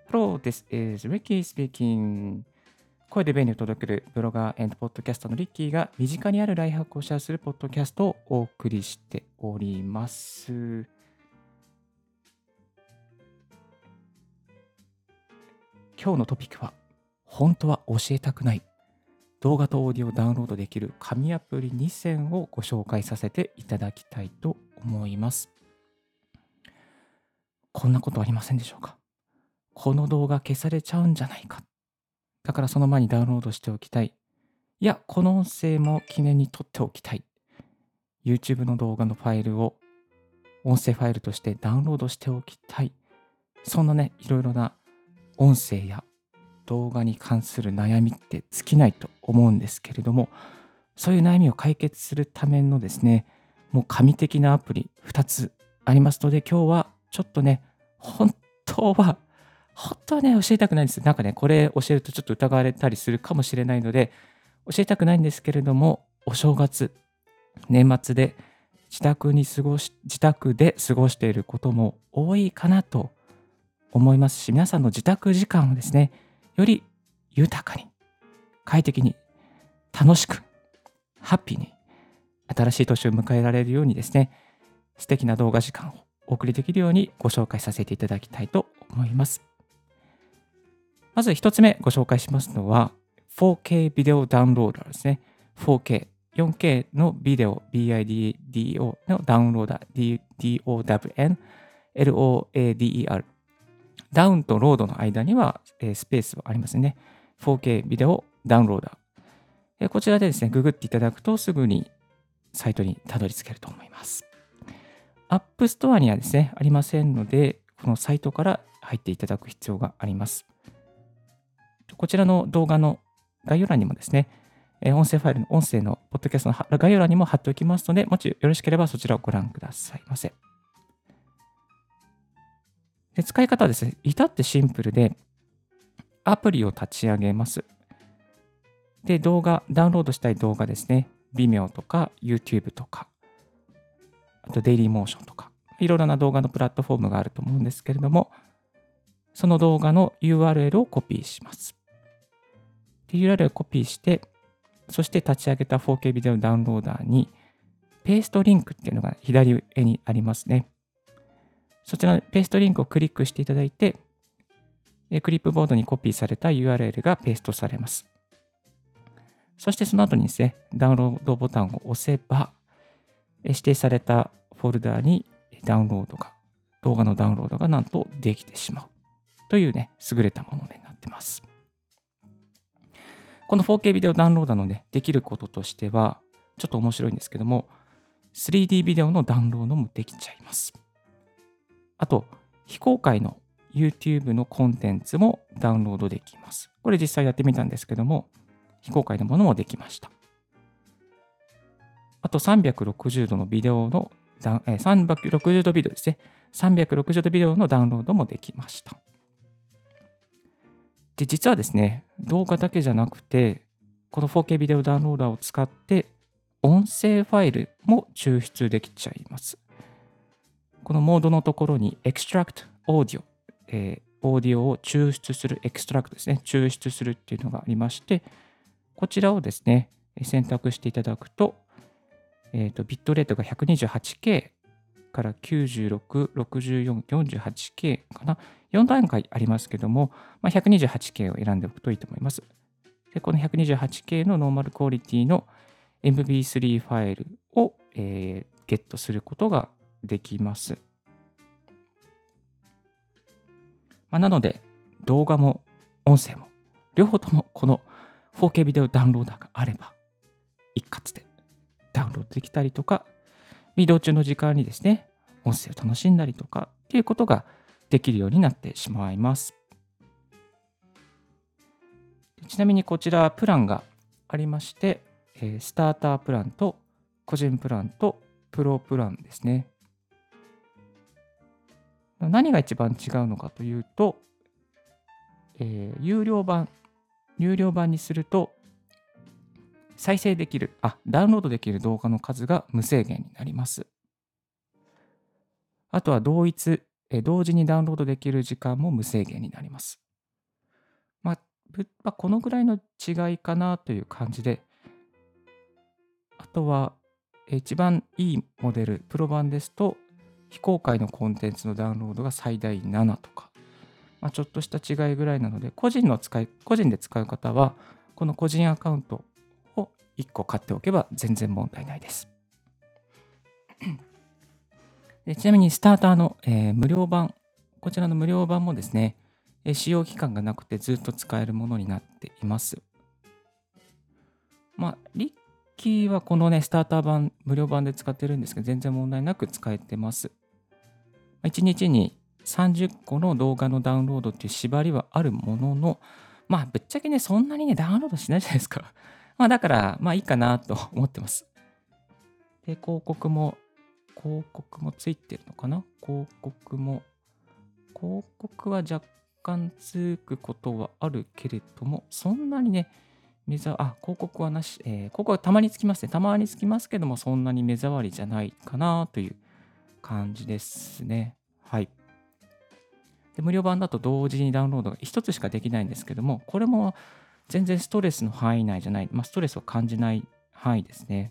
Hello, this is Ricky speaking. 声で便利を届けるブロガーポッドキャストのリッキーが身近にあるライフハックをシェアするポッドキャストをお送りしております。今日のトピックは、本当は教えたくない動画とオーディオをダウンロードできる紙アプリ2選をご紹介させていただきたいと思います。こんなことありませんでしょうか？この動画消されちゃうんじゃないか。だからその前にダウンロードしておきたい。いや、この音声も記念に撮っておきたい。YouTube の動画のファイルを音声ファイルとしてダウンロードしておきたい。そんなね、いろいろな音声や動画に関する悩みって尽きないと思うんですけれども、そういう悩みを解決するためのですね、もう神的なアプリ2つありますので、今日はちょっとね、本当はね、教えたくないんです。なんかね、これ教えるとちょっと疑われたりするかもしれないので、教えたくないんですけれども、お正月、年末で自宅で過ごしていることも多いかなと思いますし、皆さんの自宅時間をですね、より豊かに、快適に、楽しく、ハッピーに、新しい年を迎えられるようにですね、素敵な動画時間をお送りできるようにご紹介させていただきたいと思います。まず一つ目ご紹介しますのは、4K ビデオダウンローダーですね。4K、4K のビデオ、BIDO のダウンローダー、DOWN、LOADER。ダウンとロードの間にはスペースはありますね。4K ビデオダウンローダー。こちらでですね、ググっていただくとすぐにサイトにたどり着けると思います。App Store にはですね、ありませんので、このサイトから入っていただく必要があります。こちらの動画の概要欄にもですね、音声ファイルの音声のポッドキャストの概要欄にも貼っておきますので、もしよろしければそちらをご覧くださいませ。で、使い方はですね、至ってシンプルで、アプリを立ち上げます。で、ダウンロードしたい動画ですね、Vimeo とか YouTube とか、あと Dailymotion とか、いろいろな動画のプラットフォームがあると思うんですけれども、その動画の URL をコピーします。で、URL をコピーして、そして立ち上げた 4K ビデオダウンローダーに、ペーストリンクっていうのが左上にありますね。そちらのペーストリンクをクリックしていただいて、クリップボードにコピーされた URL がペーストされます。そしてその後にですね、ダウンロードボタンを押せば、指定されたフォルダに動画のダウンロードがなんとできてしまうというね、優れたものになっています。この 4K ビデオダウンローダーのね、できることとしては、ちょっと面白いんですけども、3D ビデオのダウンロードもできちゃいます。あと、非公開の YouTube のコンテンツもダウンロードできます。これ実際やってみたんですけども、非公開のものもできました。あと360度のビデオの、360度ビデオですね。360度ビデオのダウンロードもできました。で、実はですね、動画だけじゃなくて、この 4K ビデオダウンローダーを使って、音声ファイルも抽出できちゃいます。このモードのところに Extract Audio、オーディオを抽出する、エクストラクトですね、抽出するっていうのがありまして、こちらをですね、選択していただくと、ビットレートが 128K から96、64、48K かな。4段階ありますけども、128K を選んでおくといいと思います。で、この 128K のノーマルクオリティの MB3 ファイルを、ゲットすることができます。なので、動画も音声も、両方ともこの 4K ビデオダウンローダーがあれば、一括でダウンロードできたりとか、移動中の時間にですね、音声を楽しんだりとかっていうことができるようになってしまいます。ちなみにこちらプランがありまして、スタータープランと個人プランとプロプランですね。何が一番違うのかというと、有料版にするとダウンロードできる動画の数が無制限になります。あとは同一同時にダウンロードできる時間も無制限になります。このぐらいの違いかなという感じで、あとは、一番いいモデル、プロ版ですと、非公開のコンテンツのダウンロードが最大7とか、ちょっとした違いぐらいなので、個人で使う方は、この個人アカウントを1個買っておけば全然問題ないです。ちなみにスターターの、無料版、こちらの無料版もですね、使用期間がなくてずっと使えるものになっています。リッキーはこのね、スターター版、無料版で使ってるんですけど、全然問題なく使えてます。1日に30個の動画のダウンロードっていう縛りはあるものの、ぶっちゃけね、そんなにね、ダウンロードしないじゃないですか。だから、いいかなと思ってます。で、広告もついてるのかな。広告は若干つくことはあるけれども、そんなにね、広告はなし、広告はたまにつきますね。たまにつきますけども、そんなに目障りじゃないかなという感じですね。はい。で、無料版だと同時にダウンロードが1つしかできないんですけども、これも全然ストレスの範囲内じゃない、ストレスを感じない範囲ですね。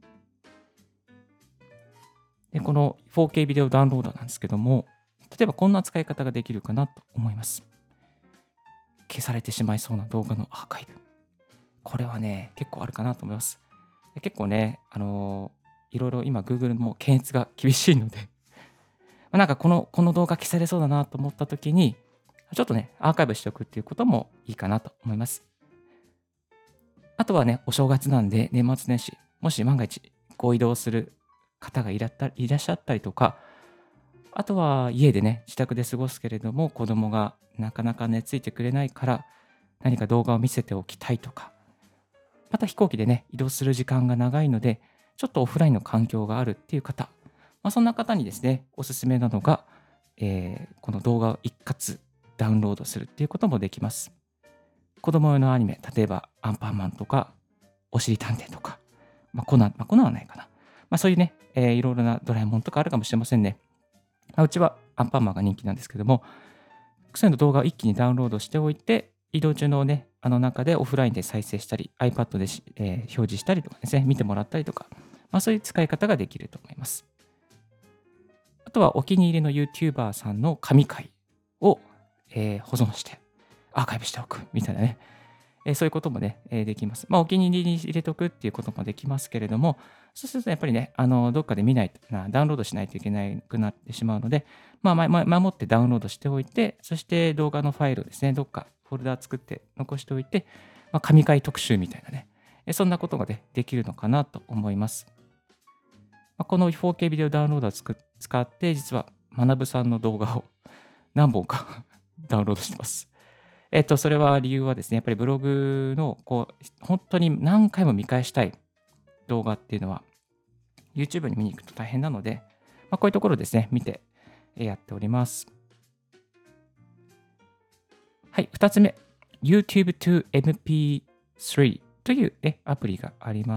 で、この 4K ビデオダウンロードなんですけども、例えばこんな使い方ができるかなと思います。消されてしまいそうな動画のアーカイブ。これはね、結構あるかなと思います。で結構ね、いろいろ今 Google も検閲が厳しいので、なんかこの動画消されそうだなと思った時に、ちょっとね、アーカイブしておくっていうこともいいかなと思います。あとはね、お正月なんで年末年始、もし万が一ご移動する方がいらっしゃったりとか、あとは家でね、自宅で過ごすけれども、子供がなかなかね、ついてくれないから、何か動画を見せておきたいとか、また飛行機でね、移動する時間が長いので、ちょっとオフラインの環境があるっていう方、そんな方にですね、おすすめなのが、この動画を一括ダウンロードするっていうこともできます。子供用のアニメ、例えばアンパンマンとか、おしりたんていとか、コナンはないかな。そういうね、いろいろなドラえもんとかあるかもしれませんね。うちはアンパンマンが人気なんですけども、複数の動画を一気にダウンロードしておいて、移動中のね、中でオフラインで再生したり、iPad で表示したりとかですね、見てもらったりとか、そういう使い方ができると思います。あとはお気に入りの YouTuber さんの神回を、保存してアーカイブしておくみたいなね、そういうこともね、できます。お気に入りに入れておくっていうこともできますけれども、そうするとやっぱりね、どっかで見ないとダウンロードしないといけなくなってしまうので、守ってダウンロードしておいて、そして動画のファイルをですね、どっかフォルダ作って残しておいて、神回特集みたいなね、そんなことがね、できるのかなと思います。この 4K ビデオダウンローダーを使って、実は学さんの動画を何本かダウンロードしてます。それは理由はですね、やっぱりブログの本当に何回も見返したい動画っていうのは、YouTube に見に行くと大変なので、こういうところですね、見てやっております。はい、2つ目、YouTube to MP3 という、アプリがあります。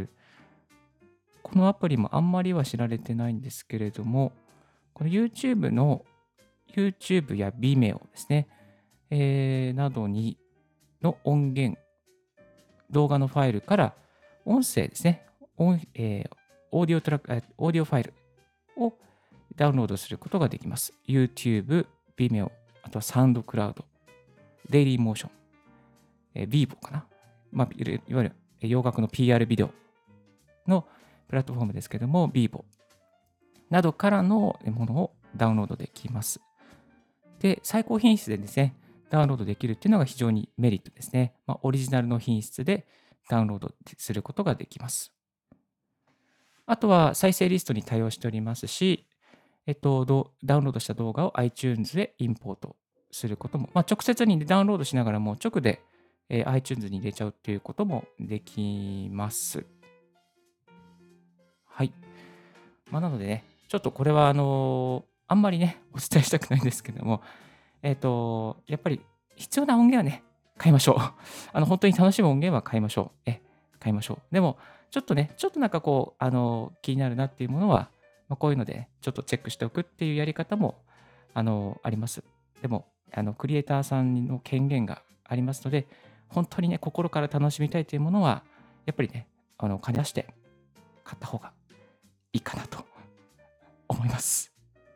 このアプリもあんまりは知られてないんですけれども、この YouTube や Vimeo ですね、などの音源、動画のファイルから音声ですね、オーディオトラック、オーディオファイルをダウンロードすることができます。YouTube、Vimeo、あとは SoundCloud、Dailymotion、Vivo かな。いわゆる洋楽の PR ビデオのプラットフォームですけども、Vivo などからのものをダウンロードできます。で、最高品質でですね、ダウンロードできるっていうのが非常にメリットですね。オリジナルの品質でダウンロードすることができます。あとは再生リストに対応しておりますし、ダウンロードした動画を iTunes へインポートすることも、直接にダウンロードしながらも直で、iTunes に入れちゃうっていうこともできます。はい。なのでね、ちょっとこれはあんまりね、お伝えしたくないんですけども、やっぱり必要な音源はね、買いましょう。本当に楽しむ音源は買いましょう。買いましょう。でも、ちょっとなんか気になるなっていうものは、こういうので、ちょっとチェックしておくっていうやり方も、 あります。でも、クリエイターさんの権限がありますので、本当にね、心から楽しみたいというものは、やっぱりね、金出して買った方がいいかなと思います。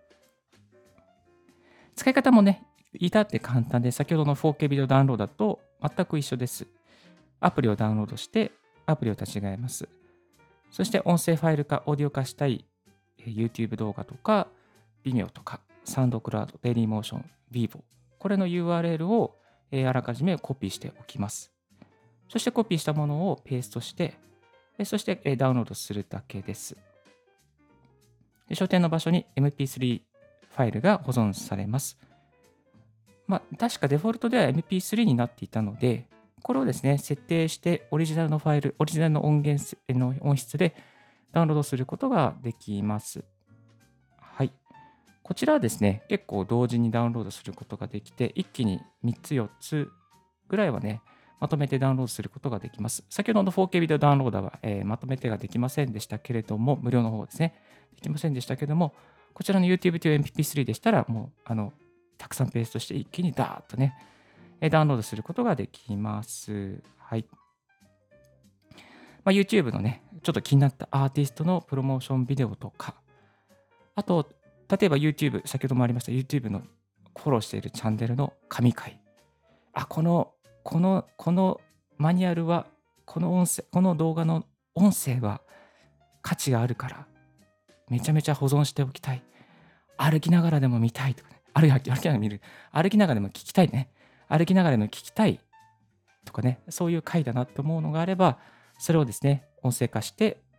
使い方もね、至って簡単で、先ほどの 4K ビデオダウンロードだと全く一緒です。アプリをダウンロードして、アプリを立ち上げます。そして音声ファイルかオーディオ化したいYouTube 動画とか、Vimeo とか、サウンドクラウド、デイリーモーション、Vivo、これの URL をあらかじめコピーしておきます。そしてコピーしたものをペーストして、そしてダウンロードするだけです。所定の場所に MP3 ファイルが保存されます。確かデフォルトでは MP3 になっていたので、これをですね、設定してオリジナルのファイル、オリジナルの音源の音質でダウンロードすることができます。はい。こちらはですね、結構同時にダウンロードすることができて、一気に3つ、4つぐらいはね、まとめてダウンロードすることができます。先ほどの 4K ビデオダウンローダーは、まとめてができませんでしたけれども、無料の方ですね、できませんでしたけれども、こちらの YouTube という MP3 でしたら、もう、たくさんペーストして一気にダーッとね、ダウンロードすることができます。はい。YouTube のね、ちょっと気になったアーティストのプロモーションビデオとか、あと、例えば YouTube、先ほどもありました YouTube のフォローしているチャンネルの神回。このマニュアルは、この音声、この動画の音声は価値があるから、めちゃめちゃ保存しておきたい。歩きながらでも見たいとかね。歩きながら見る。歩きながらでも聞きたいね。歩きながらでも聞きたいとかね、そういう回だなと思うのがあれば、それをですね、音声化して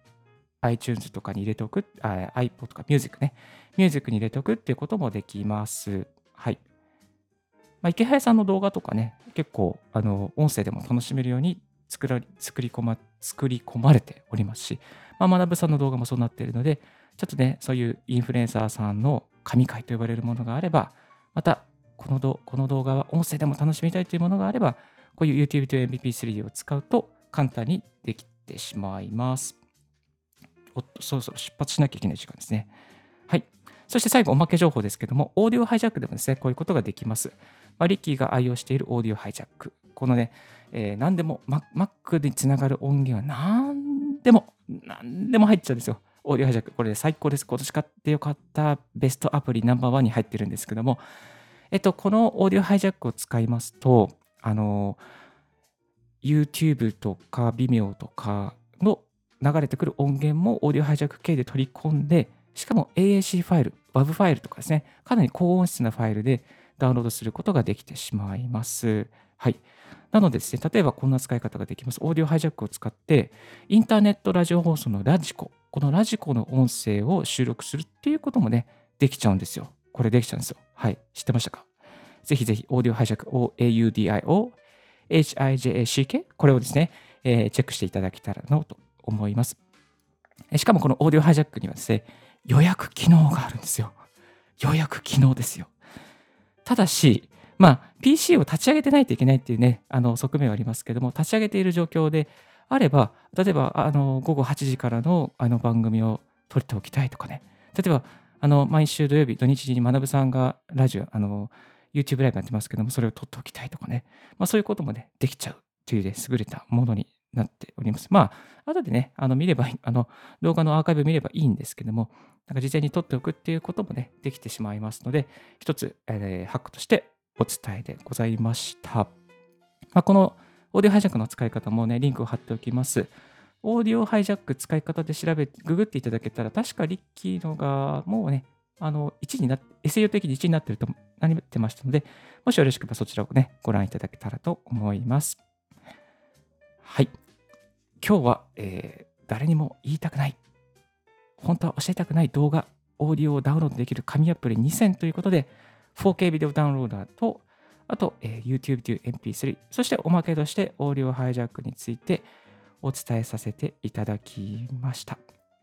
iTunes とかに入れておく、iPod とか Music ね、Music に入れておくっていうこともできます。はい。池早さんの動画とかね、結構、音声でも楽しめるように作り込まれておりますし、学さんの動画もそうなっているので、ちょっとね、そういうインフルエンサーさんの神回と呼ばれるものがあれば、また、この動画は音声でも楽しみたいというものがあれば、こういう YouTube という MP3 を使うと簡単にできてしまいます。おっと、そろそろ出発しなきゃいけない時間ですね。はい。そして最後、おまけ情報ですけども、オーディオハイジャックでもですね、こういうことができます。リッキーが愛用しているオーディオハイジャック。このね、何でも、Mac につながる音源は何でも入っちゃうんですよ。オーディオハイジャック。これ最高です。今年買ってよかったベストアプリナンバーワンに入ってるんですけども、このオーディオハイジャックを使いますと、YouTube とか Vimeo とかの流れてくる音源もオーディオハイジャック系で取り込んで、しかも AAC ファイル、WAV ファイルとかですね、かなり高音質なファイルでダウンロードすることができてしまいます。はい。なのでですね、例えばこんな使い方ができます。オーディオハイジャックを使って、インターネットラジオ放送のラジコ、このラジコの音声を収録するっていうこともね、できちゃうんですよ。これできちゃうんですよ。はい。知ってましたか？ぜひぜひ、オーディオハイジャック、OAUDIO、HIJACK、これをですね、チェックしていただけたらなと思います。しかもこのオーディオハイジャックにはですね、予約機能があるんですよ。予約機能ですよ。ただし、PC を立ち上げてないといけないっていうね、側面はありますけども、立ち上げている状況であれば、例えば、午後8時からの番組を撮っておきたいとかね。例えば、毎週土曜日、土日に学さんがラジオ、YouTube ライブやってますけども、それを撮っておきたいとかね。そういうこともね、できちゃうというね、優れたものになっております。後でね、見ればいい、動画のアーカイブ見ればいいんですけども、なんか事前に撮っておくっていうこともね、できてしまいますので、一つ、ハックとしてお伝えでございました。このオーディオハイジャックの使い方もね、リンクを貼っておきます。オーディオハイジャック使い方でググっていただけたら、確かリッキーのがもうね、1になって、SEO 的に1になってるとなってましたので、もしよろしければそちらをね、ご覧いただけたらと思います。はい。今日は、誰にも言いたくない、本当は教えたくない動画、オーディオをダウンロードできる紙アプリ2選ということで、4K ビデオダウンローダーと、あと、YouTube という MP3、そしておまけとしてオーディオハイジャックについてお伝えさせていただきました。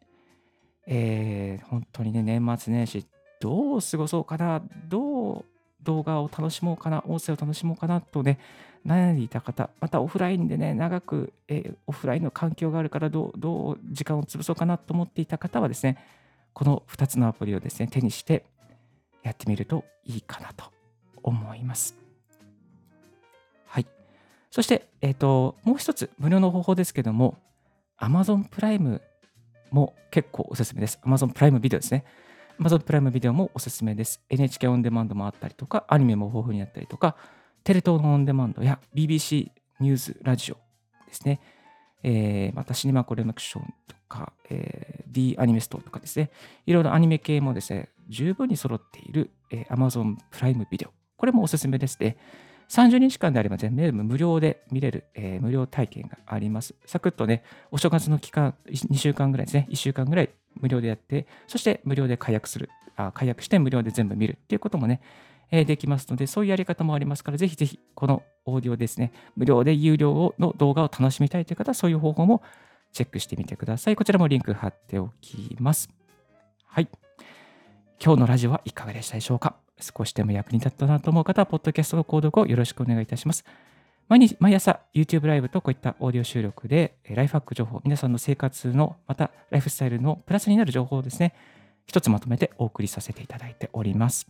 本当にね、年末年始、どう過ごそうかな、どう動画を楽しもうかな、音声を楽しもうかなとね、悩んでいた方、またオフラインでね、長く、オフラインの環境があるからどう時間を潰そうかなと思っていた方はですね、この2つのアプリをですね、手にして、 やってみるといいかなと思います。はい。そして、もう一つ無料の方法ですけども、Amazon プライムも結構おすすめです。Amazon プライムビデオですね。Amazon プライムビデオもおすすめです。NHK オンデマンドもあったりとか、アニメも豊富にあったりとか、テレ東のオンデマンドや BBC ニュースラジオですね。またシネマコレクションとか、D アニメストとかですね。いろいろアニメ系もですね、十分に揃っている、Amazon プライムビデオ。これもおすすめですね。30日間であれば全部無料で見れる、無料体験があります。サクッとね、お正月の期間、2週間ぐらいですね、1週間ぐらい無料でやって、そして無料で解約して無料で全部見るっていうこともね、できますので、そういうやり方もありますから、ぜひぜひこのオーディオですね、無料で有料の動画を楽しみたいという方は、そういう方法もチェックしてみてください。こちらもリンク貼っておきます。はい。今日のラジオはいかがでしたでしょうか。少しでも役に立ったなと思う方は、ポッドキャストの購読をよろしくお願いいたします。毎朝 YouTube ライブとこういったオーディオ収録で、ライフハック情報、皆さんの生活の、またライフスタイルのプラスになる情報をですね、一つまとめてお送りさせていただいております。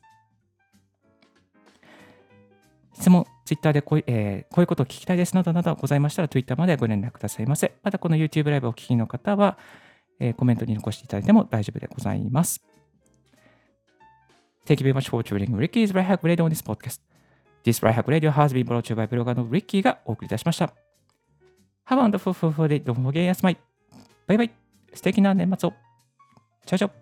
質問、Twitter でこういうことを聞きたいですなどなどございましたら、Twitter までご連絡くださいませ。またこの YouTube ライブをお聞きの方は、コメントに残していただいても大丈夫でございます。Thank you very much for tuning Ricky's Right Hack Radio on this podcast.This Right Hack Radio has been brought to you by ブロガーの Ricky がお送りいたしました。Have a wonderful day. Don't forget to smile. バイバイ。素敵な年末を。チャオチャオ。